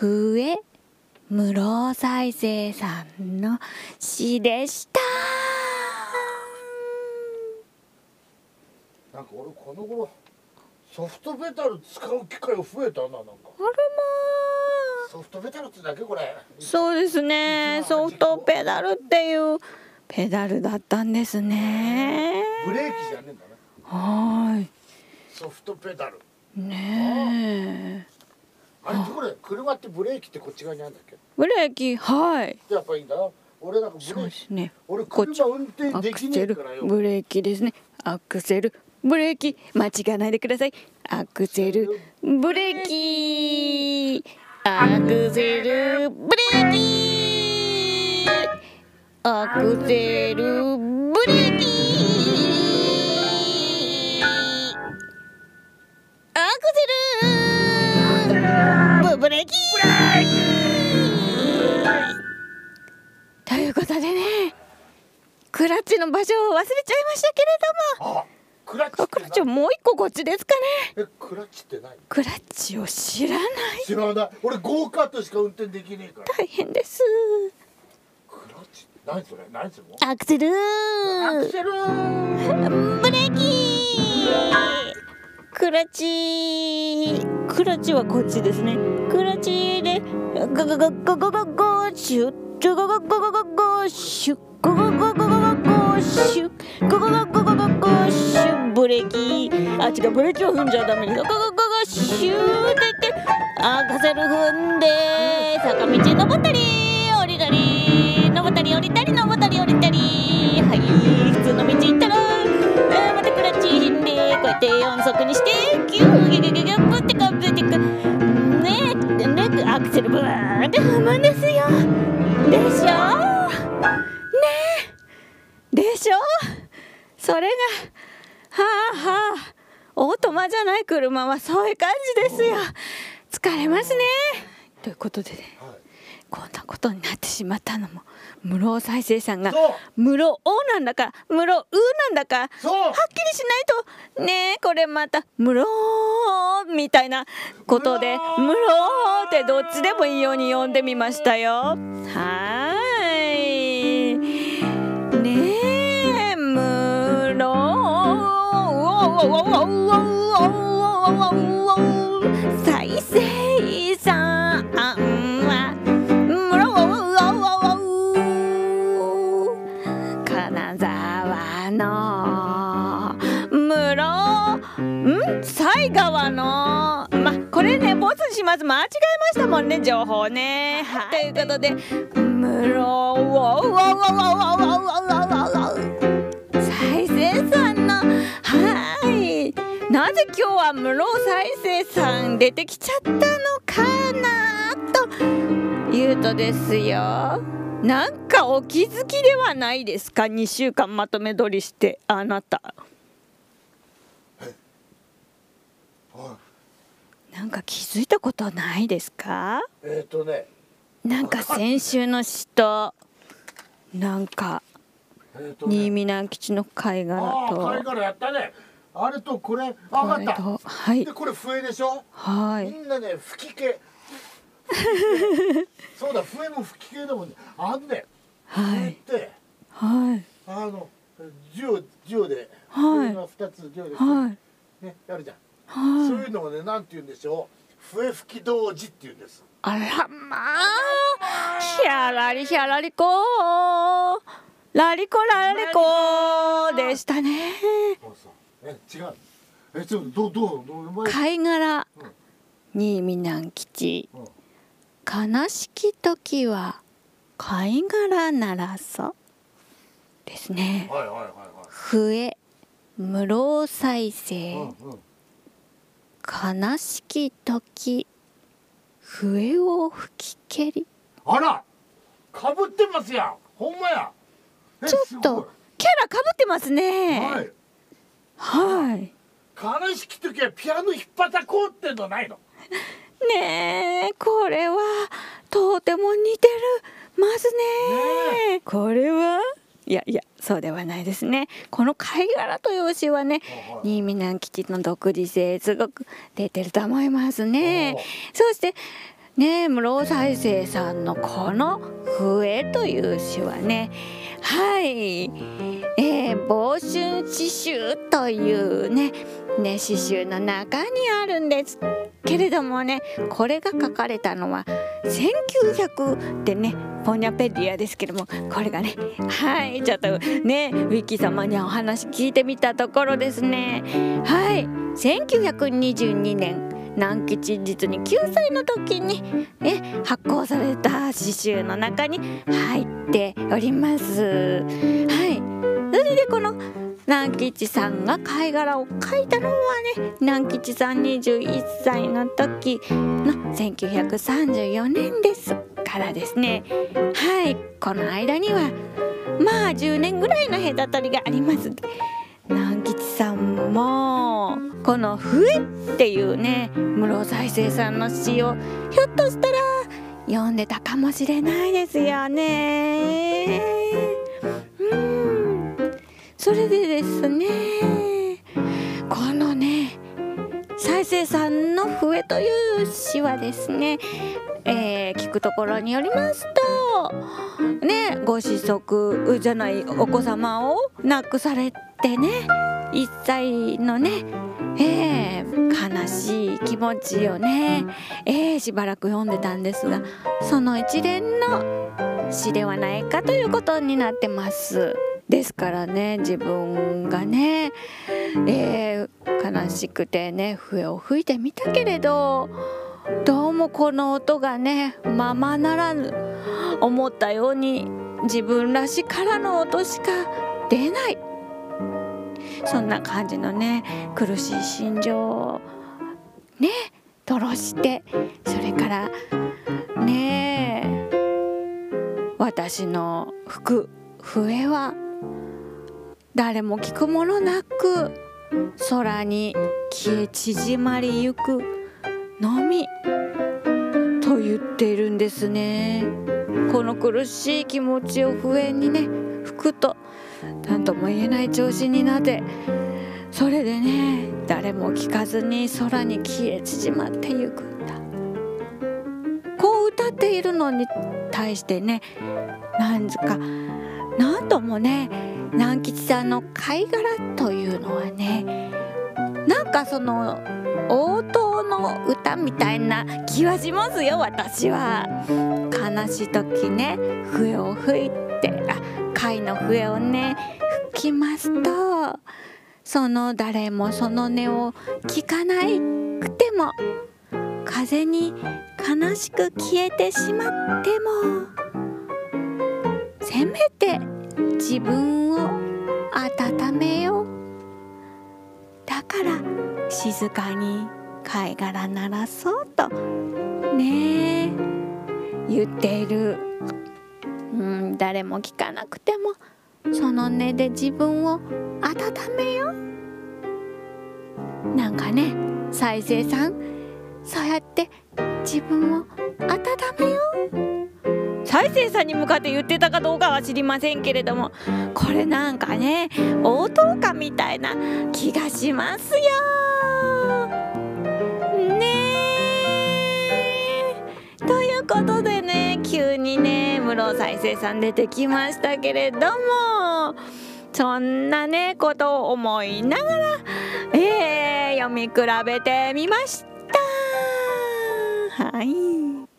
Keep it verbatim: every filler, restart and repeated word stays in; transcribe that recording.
笛室再生さんの詩でした。 なんか俺この頃ソフトペダル使う機会が増えたな。なんかあらまあ、 ソフトペダルってだけこれ。 そうですね、ソフトペダルっていうペダルだったんですね。 ブレーキじゃねえんだね。 はい、 ソフトペダルねえ。 あれこれ車ってブレーキってこっち側にあるんだっけ。 ブレーキ、はい。 やっぱいいんだ。俺なんかブレそうーキ、 ですね。 俺車運転できねえからよ。 ブレーキですね。アクセル、ブレーキ、間違わないでください。アクセル、ブレーキ、アクセル、ブレーキ、アクセル、ブレーキ、アクセル、ブレーキ。ということでね、クラッチの場所を忘れちゃいましたけれども、 あ、クラッチってクラッチはもう一個こっちですかね。 え、クラッチって何？ クラッチを知らない。 知らない。俺ゴーカートしか運転できねえから。 大変です。 クラッチ何それ？何それ？ アクセル、 アクセル、 ブレーキ、クラッチ、クラッチはこっちですね。クラッチでゴゴゴゴゴゴゴシュッゴゴゴゴゴゴゴシュッゴゴゴゴゴゴゴシュッゴゴゴゴゴゴゴシュッ、ブレーキ、あ、違う、ブレーキを踏んじゃダメです。ゴゴゴゴゴシューって言ってアクセル踏んで坂道登ったり降りたり登ったり降りたり登ったり降りたり、はい、普通の道行ったら、えー、またクラッチ踏んでこうやってよん速にしてギューギュギュギュギュプってかぶっていくねえねえ、アクセルブーって踏むんですよ。でしょねえ、でしょ。それがはあはあ、オートマじゃない車はそういう感じですよ。疲れますね。ということでね、 はい、 こんなことになってしまったのも室再生さんがそう室おなんだか室うなんだかはっきりしそうないとねえ、これまた室みたいなことで室ってどっちでもいいように呼んでみましたよ。はーいねえ、室再生さんは金沢の室ん犀川の、ま、これねボツにします。間違えましたもんね、情報ね。はい、ということで室再生さんの、はい、なぜ今日は室再生さん出てきちゃったのかなというとですよ、なんかお気づきではないですか。にしゅうかんまとめ撮りしてあなた、なんか気づいたことないですか。 えっとね、 なんか先週の詩となんかえーとね、 新見南吉の貝殻と、 ああ、貝殻やったね。あれとこれ、あ、わかった。 はい、 でこれ笛でしょ。 はい、 みんなね吹き系。そうだ、笛も吹き系だもんね。あんね、 はい、 笛ってはいあの銃銃ではい笛が二つ銃ではいねやるじゃん。 はい、 そういうのをね、なんて言うんでしょう。笛吹き童子って言うんです。 あらまあ、ひゃらりひゃらりこー、ラリコラリコでしたね。 そうそう。え、違う。え、ちょっとどうどうどううまい。 貝殻、 うん、 新見南吉、 うん、 悲しき時は貝殻ならそですね。 はいはいはいはい。 笛室再生、 うんうん、 悲しき時笛を吹き蹴り。 あら、かぶってますやん。ほんまや。 ちょっとキャラかぶってますね。 はいはい。 悲しき時はピアノ引っ叩こうってのないの。 ねえ、これはとても似てるますね。ね、これはいやいや、そうではないですね。この貝殻という詩はね、新見南吉の独自性すごく出てると思いますね。そしてね、室再生さんのこの笛という詩はね、はい、えー、房春詩集というねね詩集の中にあるんですけれどもね、これが書かれたのはせんきゅうひゃくでね、ポニャペディアですけども、これがね、はい、ちょっとねウィキ様にお話聞いてみたところですね、はい、せんきゅうひゃくにじゅうにねん南吉実にきゅうさいの時に、え発行された詩集の中に入っております。はい、それでこの南吉さんが貝殻を描いたのはね、南吉さんにじゅういっさいの時のせんきゅうひゃくさんじゅうよねんですからですね。はい、この間にはまあじゅうねんぐらいの隔たりがあります。南吉さんもこの「笛」っていうね室再生さんの詩をひょっとしたら読んでたかもしれないですよね。うん、それでですね、このね再生さんの「笛」という詩はですね、えー、聞くところによりますとね、ご子息じゃないお子様を亡くされてね、いっさいのね、えー、悲しい気持ちをね、えー、しばらく読んでたんですが、その一連の詩ではないかということになってます。ですからね、自分がね、えー、悲しくてね笛を吹いてみたけれど、どうもこの音がねままならぬ、思ったように自分らしからぬ音しか出ない、そんな感じのね苦しい心情をね吐露して、それからね私の吹く笛は誰も聞くものなく空に消え縮まりゆくのみと言っているんですね。この苦しい気持ちを笛にね吹くと何とも言えない調子になって、それでね誰も聞かずに空に消え縮まってゆくんだ、こう歌っているのに対してね、なんかなんともね南吉さんの貝殻というのはね、なんかその応答の歌みたいな気はしますよ。私は悲しい時ね笛を吹いて、あ貝の笛をね吹きますと、その誰もその音を聞かなくても風に悲しく消えてしまっても、せめて自分を温めよう、だから静かに貝殻鳴らそうとねえ言っている。うん、誰も聞かなくてもその音で自分を温めよう。なんかね再生さん、そうやって自分を温めよう、再生さんに向かって言ってたかどうかは知りませんけれども、これなんかね応答歌みたいな気がしますよね。ということでね、急にね室再生さん出てきましたけれども、そんなねことを思いながら、えー、読み比べてみました。はい。